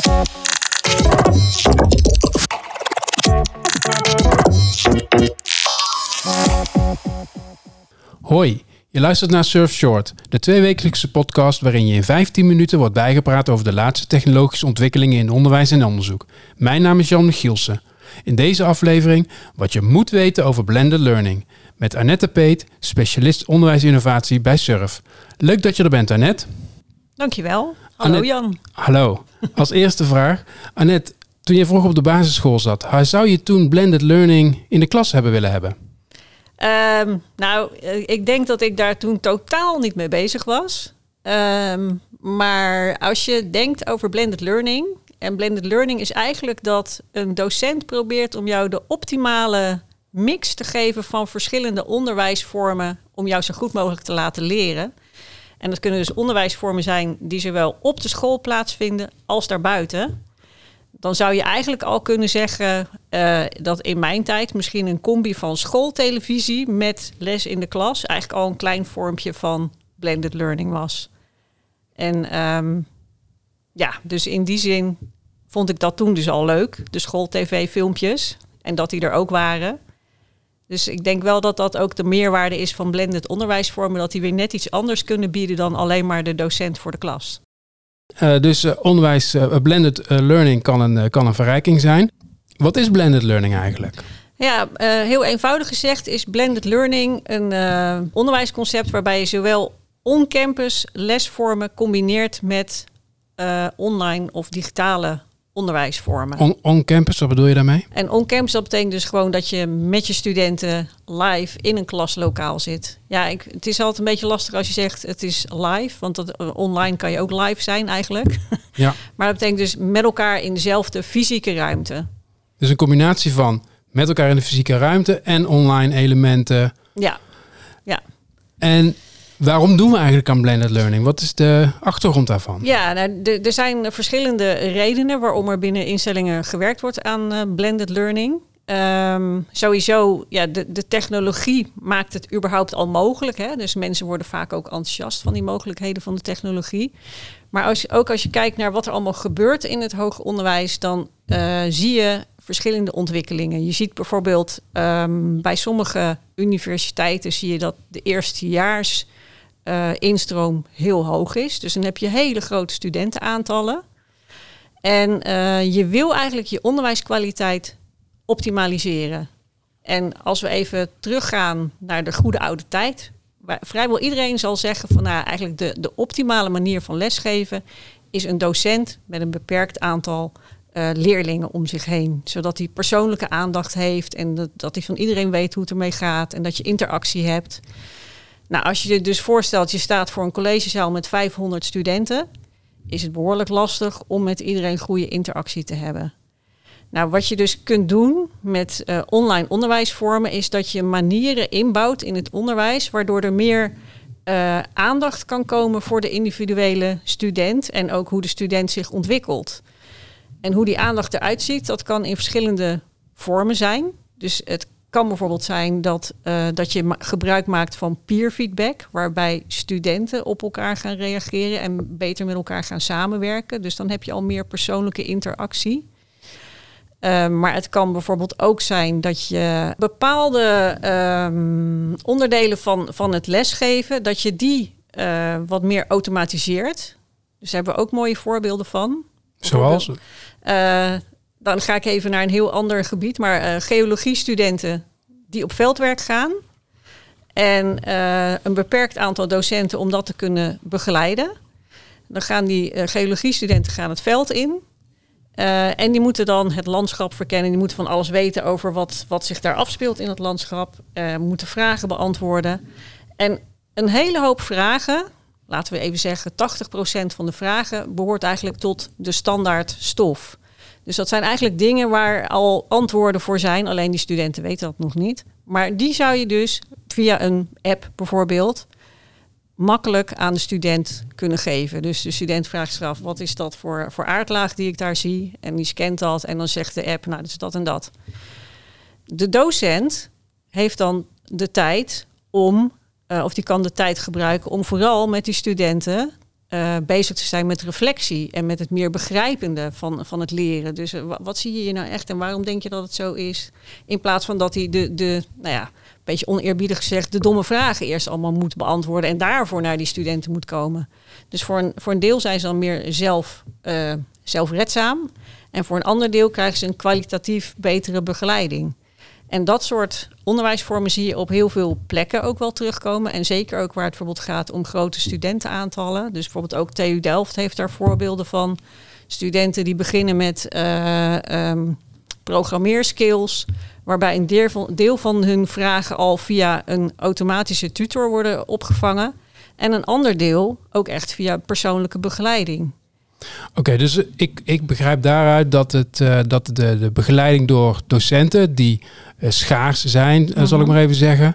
Hoi, je luistert naar Surf Short, de tweewekelijkse podcast waarin je in 15 minuten wordt bijgepraat over de laatste technologische ontwikkelingen in onderwijs en onderzoek. Mijn naam is Jan Michielsen. In deze aflevering wat je moet weten over blended learning. Met Annette Peet, specialist onderwijsinnovatie bij Surf. Leuk dat je er bent, Annette. Dankjewel. Hallo Jan. Hallo. Als eerste vraag. Annette, toen je vroeger op de basisschool zat, zou je toen blended learning in de klas willen hebben? Ik denk dat ik daar toen totaal niet mee bezig was. Maar als je denkt over blended learning... en blended learning is eigenlijk dat een docent probeert om jou de optimale mix te geven van verschillende onderwijsvormen om jou zo goed mogelijk te laten leren. En dat kunnen dus onderwijsvormen zijn die zowel op de school plaatsvinden als daarbuiten. Dan zou je eigenlijk al kunnen zeggen dat in mijn tijd misschien een combi van schooltelevisie met les in de klas eigenlijk al een klein vormpje van blended learning was. En dus in die zin vond ik dat toen dus al leuk, de schooltv-filmpjes, en dat die er ook waren. Dus ik denk wel dat dat ook de meerwaarde is van blended onderwijsvormen, dat die weer net iets anders kunnen bieden dan alleen maar de docent voor de klas. Blended learning kan een verrijking zijn. Wat is blended learning eigenlijk? Ja, heel eenvoudig gezegd is blended learning een onderwijsconcept waarbij je zowel on-campus lesvormen combineert met online of digitale onderwijsvormen. On-campus, wat bedoel je daarmee? En on-campus, dat betekent dus gewoon dat je met je studenten live in een klaslokaal zit. Ja, het is altijd een beetje lastig als je zegt het is live, want online kan je ook live zijn eigenlijk. Ja. Maar dat betekent dus met elkaar in dezelfde fysieke ruimte. Dus een combinatie van met elkaar in de fysieke ruimte en online elementen. Ja. En waarom doen we eigenlijk aan blended learning? Wat is de achtergrond daarvan? Ja, er zijn verschillende redenen waarom er binnen instellingen gewerkt wordt aan blended learning. Sowieso, de technologie maakt het überhaupt al mogelijk. Hè? Dus mensen worden vaak ook enthousiast van die mogelijkheden van de technologie. Maar als je kijkt naar wat er allemaal gebeurt in het hoger onderwijs, dan zie je verschillende ontwikkelingen. Je ziet bijvoorbeeld bij sommige universiteiten zie je dat de eerstejaars instroom heel hoog is. Dus dan heb je hele grote studentenaantallen. En je wil eigenlijk je onderwijskwaliteit optimaliseren. En als we even teruggaan naar de goede oude tijd, waar vrijwel iedereen zal zeggen van eigenlijk de optimale manier van lesgeven is een docent met een beperkt aantal leerlingen om zich heen. Zodat hij persoonlijke aandacht heeft en dat hij van iedereen weet hoe het ermee gaat en dat je interactie hebt. Nou, als je je dus voorstelt, je staat voor een collegezaal met 500 studenten, is het behoorlijk lastig om met iedereen goede interactie te hebben. Nou, wat je dus kunt doen met online onderwijsvormen is dat je manieren inbouwt in het onderwijs, waardoor er meer aandacht kan komen voor de individuele student en ook hoe de student zich ontwikkelt. En hoe die aandacht eruit ziet, dat kan in verschillende vormen zijn. Dus het kan bijvoorbeeld zijn dat je gebruik maakt van peer feedback, waarbij studenten op elkaar gaan reageren en beter met elkaar gaan samenwerken. Dus dan heb je al meer persoonlijke interactie. Maar het kan bijvoorbeeld ook zijn dat je bepaalde onderdelen van het lesgeven, dat je die wat meer automatiseert. Dus daar hebben we ook mooie voorbeelden van. Zoals? Dan ga ik even naar een heel ander gebied. Maar geologiestudenten die op veldwerk gaan. En een beperkt aantal docenten om dat te kunnen begeleiden. Dan gaan die geologiestudenten het veld in. En die moeten dan het landschap verkennen. Die moeten van alles weten over wat zich daar afspeelt in het landschap. Moeten vragen beantwoorden. En een hele hoop vragen, laten we even zeggen 80% van de vragen, behoort eigenlijk tot de standaard stof. Dus dat zijn eigenlijk dingen waar al antwoorden voor zijn. Alleen die studenten weten dat nog niet. Maar die zou je dus via een app bijvoorbeeld makkelijk aan de student kunnen geven. Dus de student vraagt zich af, wat is dat voor aardlaag die ik daar zie? En die scant dat en dan zegt de app, nou, dat is dat en dat. De docent heeft dan de tijd om, of die kan de tijd gebruiken om vooral met die studenten bezig te zijn met reflectie en met het meer begrijpende van het leren. Dus wat zie je hier nou echt en waarom denk je dat het zo is? In plaats van dat hij een beetje oneerbiedig gezegd, de domme vragen eerst allemaal moet beantwoorden en daarvoor naar die studenten moet komen. Dus voor een deel zijn ze dan meer zelfredzaam en voor een ander deel krijgen ze een kwalitatief betere begeleiding. En dat soort onderwijsvormen zie je op heel veel plekken ook wel terugkomen. En zeker ook waar het bijvoorbeeld gaat om grote studentenaantallen. Dus bijvoorbeeld ook TU Delft heeft daar voorbeelden van. Studenten die beginnen met programmeerskills, waarbij een deel van hun vragen al via een automatische tutor worden opgevangen. En een ander deel ook echt via persoonlijke begeleiding. Oké, dus ik begrijp daaruit dat de begeleiding door docenten die schaars zijn, zal ik maar even zeggen,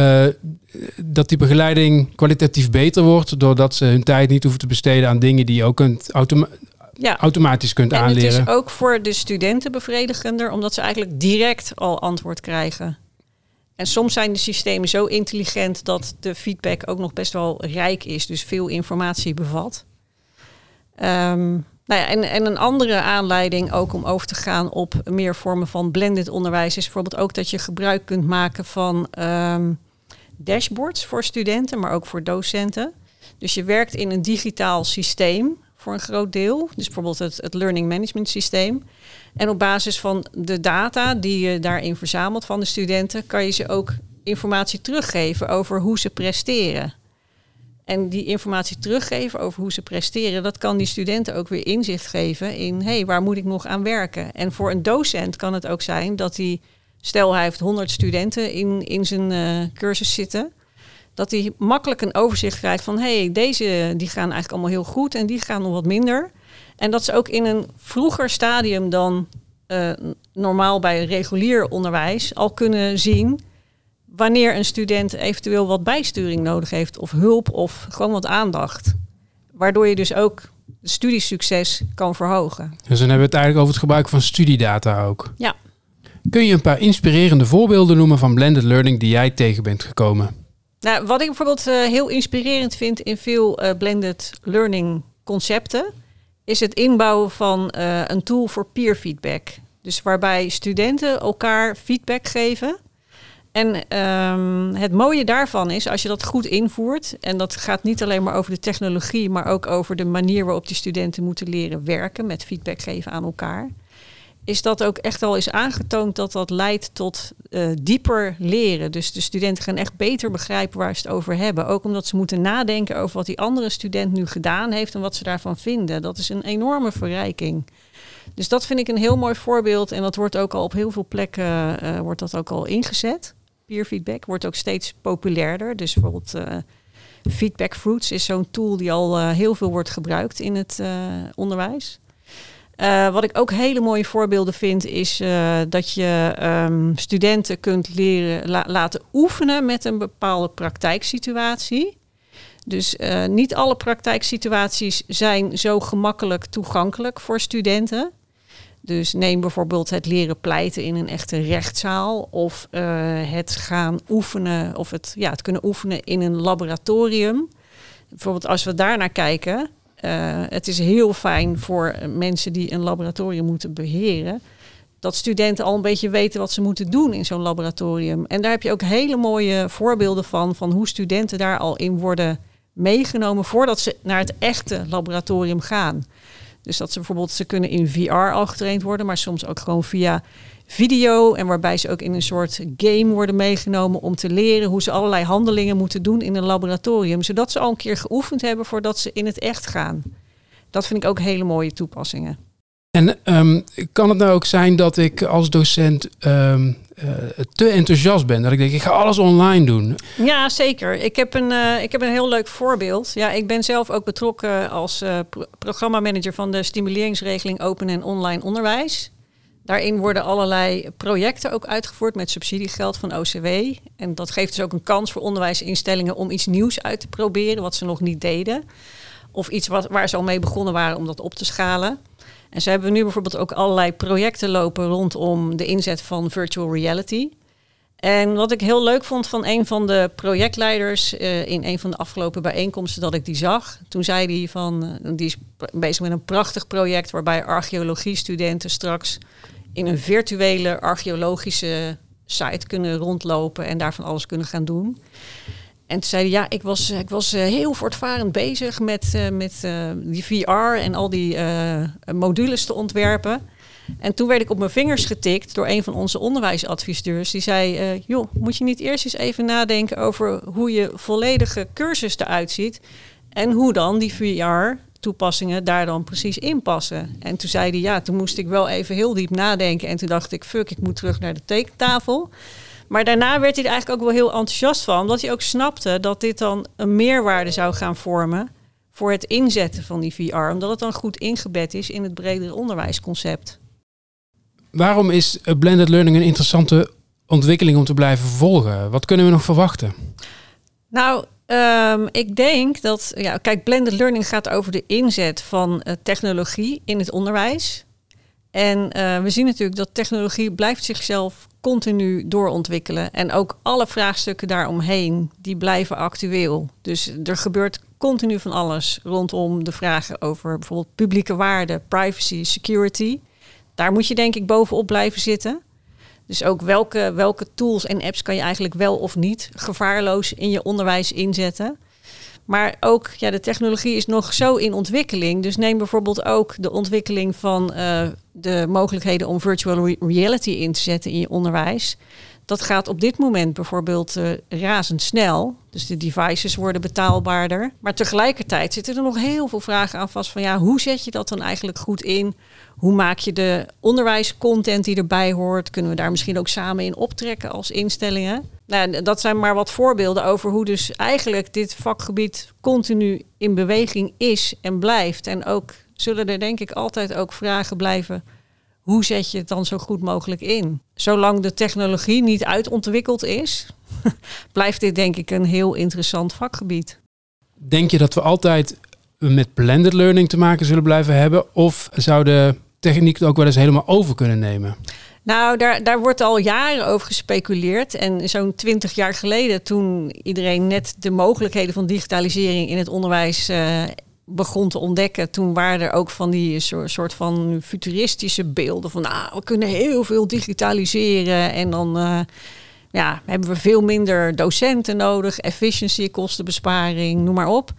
dat die begeleiding kwalitatief beter wordt doordat ze hun tijd niet hoeven te besteden aan dingen die je ook automatisch kunt aanleren. En het is ook voor de studenten bevredigender, omdat ze eigenlijk direct al antwoord krijgen. En soms zijn de systemen zo intelligent dat de feedback ook nog best wel rijk is, dus veel informatie bevat. En een andere aanleiding ook om over te gaan op meer vormen van blended onderwijs is bijvoorbeeld ook dat je gebruik kunt maken van dashboards voor studenten, maar ook voor docenten. Dus je werkt in een digitaal systeem voor een groot deel. Dus bijvoorbeeld het learning management systeem. En op basis van de data die je daarin verzamelt van de studenten, kan je ze ook informatie teruggeven over hoe ze presteren. En die informatie teruggeven over hoe ze presteren, dat kan die studenten ook weer inzicht geven in, waar moet ik nog aan werken? En voor een docent kan het ook zijn dat hij, stel hij heeft 100 studenten in zijn cursus zitten, dat hij makkelijk een overzicht krijgt van, deze die gaan eigenlijk allemaal heel goed en die gaan nog wat minder. En dat ze ook in een vroeger stadium dan normaal bij regulier onderwijs al kunnen zien wanneer een student eventueel wat bijsturing nodig heeft of hulp of gewoon wat aandacht. Waardoor je dus ook het studiesucces kan verhogen. Dus dan hebben we het eigenlijk over het gebruik van studiedata ook. Ja. Kun je een paar inspirerende voorbeelden noemen van blended learning die jij tegen bent gekomen? Nou, wat ik bijvoorbeeld heel inspirerend vind in veel blended learning concepten, is het inbouwen van een tool voor peer feedback. Dus waarbij studenten elkaar feedback geven. En het mooie daarvan is, als je dat goed invoert, en dat gaat niet alleen maar over de technologie, maar ook over de manier waarop die studenten moeten leren werken met feedback geven aan elkaar, is dat ook echt al is aangetoond dat dat leidt tot dieper leren. Dus de studenten gaan echt beter begrijpen waar ze het over hebben. Ook omdat ze moeten nadenken over wat die andere student nu gedaan heeft en wat ze daarvan vinden. Dat is een enorme verrijking. Dus dat vind ik een heel mooi voorbeeld. En dat wordt ook al op heel veel plekken wordt dat ook al ingezet. Peer feedback wordt ook steeds populairder. Dus bijvoorbeeld Feedback Fruits is zo'n tool die al heel veel wordt gebruikt in het onderwijs. Wat ik ook hele mooie voorbeelden vind, is dat je studenten kunt leren laten oefenen met een bepaalde praktijksituatie. Dus niet alle praktijksituaties zijn zo gemakkelijk toegankelijk voor studenten. Dus neem bijvoorbeeld het leren pleiten in een echte rechtszaal of het gaan oefenen of het kunnen oefenen in een laboratorium. Bijvoorbeeld als we daarnaar kijken, het is heel fijn voor mensen die een laboratorium moeten beheren, dat studenten al een beetje weten wat ze moeten doen in zo'n laboratorium. En daar heb je ook hele mooie voorbeelden van hoe studenten daar al in worden meegenomen voordat ze naar het echte laboratorium gaan. Dus dat ze bijvoorbeeld, ze kunnen in VR al getraind worden, maar soms ook gewoon via video. En waarbij ze ook in een soort game worden meegenomen om te leren hoe ze allerlei handelingen moeten doen in een laboratorium. Zodat ze al een keer geoefend hebben voordat ze in het echt gaan. Dat vind ik ook hele mooie toepassingen. En kan het nou ook zijn dat ik als docent te enthousiast ben? Dat ik denk, ik ga alles online doen. Ja, zeker. Ik heb een heel leuk voorbeeld. Ja, ik ben zelf ook betrokken als programmamanager van de stimuleringsregeling Open en Online Onderwijs. Daarin worden allerlei projecten ook uitgevoerd met subsidiegeld van OCW. En dat geeft dus ook een kans voor onderwijsinstellingen om iets nieuws uit te proberen, wat ze nog niet deden. Of iets waar ze al mee begonnen waren om dat op te schalen. En zo hebben we nu bijvoorbeeld ook allerlei projecten lopen rondom de inzet van virtual reality. En wat ik heel leuk vond van een van de projectleiders in een van de afgelopen bijeenkomsten dat ik die zag. Toen zei hij van, die is bezig met een prachtig project waarbij archeologiestudenten straks in een virtuele archeologische site kunnen rondlopen en daarvan alles kunnen gaan doen. En toen zei hij, ja, ik was heel voortvarend bezig met die VR en al die modules te ontwerpen. En toen werd ik op mijn vingers getikt door een van onze onderwijsadviseurs. Die zei, joh, moet je niet eerst eens even nadenken over hoe je volledige cursus eruit ziet en hoe dan die VR-toepassingen daar dan precies in passen. En toen zei hij, ja, toen moest ik wel even heel diep nadenken. En toen dacht ik, ik moet terug naar de tekentafel. Maar daarna werd hij er eigenlijk ook wel heel enthousiast van, omdat hij ook snapte dat dit dan een meerwaarde zou gaan vormen voor het inzetten van die VR, omdat het dan goed ingebed is in het bredere onderwijsconcept. Waarom is blended learning een interessante ontwikkeling om te blijven volgen? Wat kunnen we nog verwachten? Nou, ik denk dat, kijk, blended learning gaat over de inzet van technologie in het onderwijs. En we zien natuurlijk dat technologie blijft zichzelf continu doorontwikkelen. En ook alle vraagstukken daaromheen, die blijven actueel. Dus er gebeurt continu van alles rondom de vragen over bijvoorbeeld publieke waarden, privacy, security. Daar moet je denk ik bovenop blijven zitten. Dus ook welke tools en apps kan je eigenlijk wel of niet gevaarloos in je onderwijs inzetten. Maar ook, de technologie is nog zo in ontwikkeling. Dus neem bijvoorbeeld ook de ontwikkeling van de mogelijkheden om virtual reality in te zetten in je onderwijs. Dat gaat op dit moment bijvoorbeeld razendsnel. Dus de devices worden betaalbaarder. Maar tegelijkertijd zitten er nog heel veel vragen aan vast van hoe zet je dat dan eigenlijk goed in? Hoe maak je de onderwijscontent die erbij hoort? Kunnen we daar misschien ook samen in optrekken als instellingen? Nou, dat zijn maar wat voorbeelden over hoe dus eigenlijk dit vakgebied continu in beweging is en blijft. En ook zullen er denk ik altijd ook vragen blijven. Hoe zet je het dan zo goed mogelijk in? Zolang de technologie niet uitontwikkeld is, blijft dit denk ik een heel interessant vakgebied. Denk je dat we altijd met blended learning te maken zullen blijven hebben? Of zou de techniek het ook wel eens helemaal over kunnen nemen? Nou, daar wordt al jaren over gespeculeerd. En zo'n 20 jaar geleden, toen iedereen net de mogelijkheden van digitalisering in het onderwijs begon te ontdekken, toen waren er ook van die soort van futuristische beelden van we kunnen heel veel digitaliseren en dan hebben we veel minder docenten nodig, efficiency, kostenbesparing, noem maar op.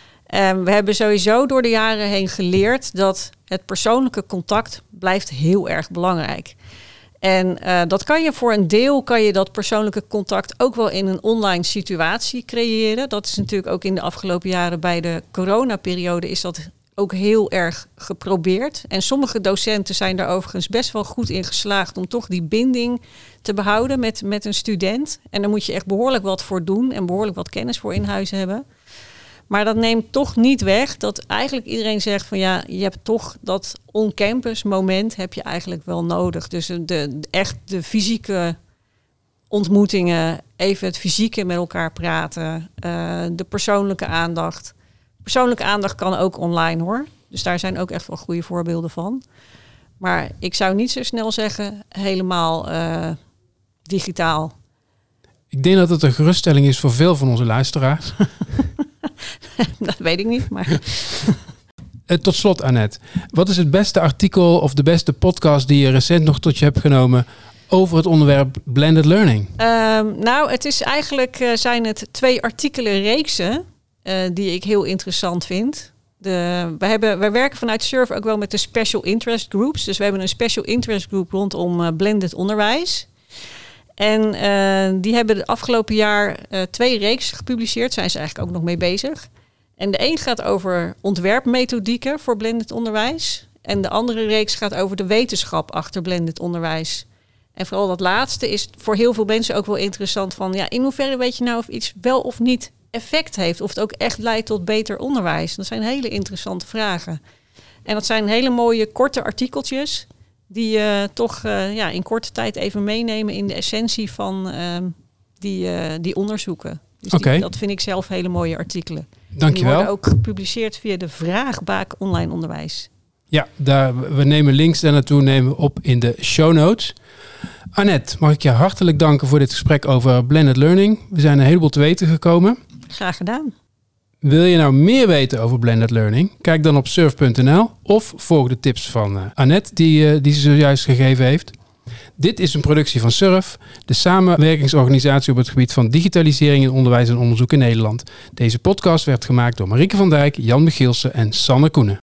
We hebben sowieso door de jaren heen geleerd dat het persoonlijke contact blijft heel erg belangrijk. En dat kan je voor een deel, dat persoonlijke contact ook wel in een online situatie creëren. Dat is natuurlijk ook in de afgelopen jaren bij de coronaperiode is dat ook heel erg geprobeerd. En sommige docenten zijn daar overigens best wel goed in geslaagd om toch die binding te behouden met een student. En daar moet je echt behoorlijk wat voor doen en behoorlijk wat kennis voor in huis hebben. Maar dat neemt toch niet weg dat eigenlijk iedereen zegt van je hebt toch dat on-campus moment heb je eigenlijk wel nodig. Dus de fysieke ontmoetingen, even het fysieke met elkaar praten, de persoonlijke aandacht. Persoonlijke aandacht kan ook online hoor. Dus daar zijn ook echt wel goede voorbeelden van. Maar ik zou niet zo snel zeggen helemaal digitaal. Ik denk dat het een geruststelling is voor veel van onze luisteraars. Dat weet ik niet, maar... Tot slot, Annette. Wat is het beste artikel of de beste podcast die je recent nog tot je hebt genomen over het onderwerp blended learning? Het is eigenlijk zijn het 2 artikelenreeksen die ik heel interessant vind. Wij werken vanuit SURF ook wel met de special interest groups. Dus we hebben een special interest group rondom blended onderwijs. En die hebben het afgelopen jaar 2 reeksen gepubliceerd. Zijn ze eigenlijk ook nog mee bezig. En de een gaat over ontwerpmethodieken voor blended onderwijs. En de andere reeks gaat over de wetenschap achter blended onderwijs. En vooral dat laatste is voor heel veel mensen ook wel interessant van... in hoeverre weet je nou of iets wel of niet effect heeft? Of het ook echt leidt tot beter onderwijs? Dat zijn hele interessante vragen. En dat zijn hele mooie korte artikeltjes... die je toch in korte tijd even meenemen in de essentie van die onderzoeken. Dus dat vind ik zelf hele mooie artikelen. Dank je wel. Die worden ook gepubliceerd via de Vraagbaak Online Onderwijs. Ja, we nemen links daar naartoe nemen we op in de show notes. Annette, mag ik je hartelijk danken voor dit gesprek over blended learning. We zijn een heleboel te weten gekomen. Graag gedaan. Wil je nou meer weten over blended learning? Kijk dan op surf.nl of volg de tips van Annette die ze zojuist gegeven heeft. Dit is een productie van Surf, de samenwerkingsorganisatie op het gebied van digitalisering in onderwijs en onderzoek in Nederland. Deze podcast werd gemaakt door Marieke van Dijk, Jan Michielsen en Sanne Koenen.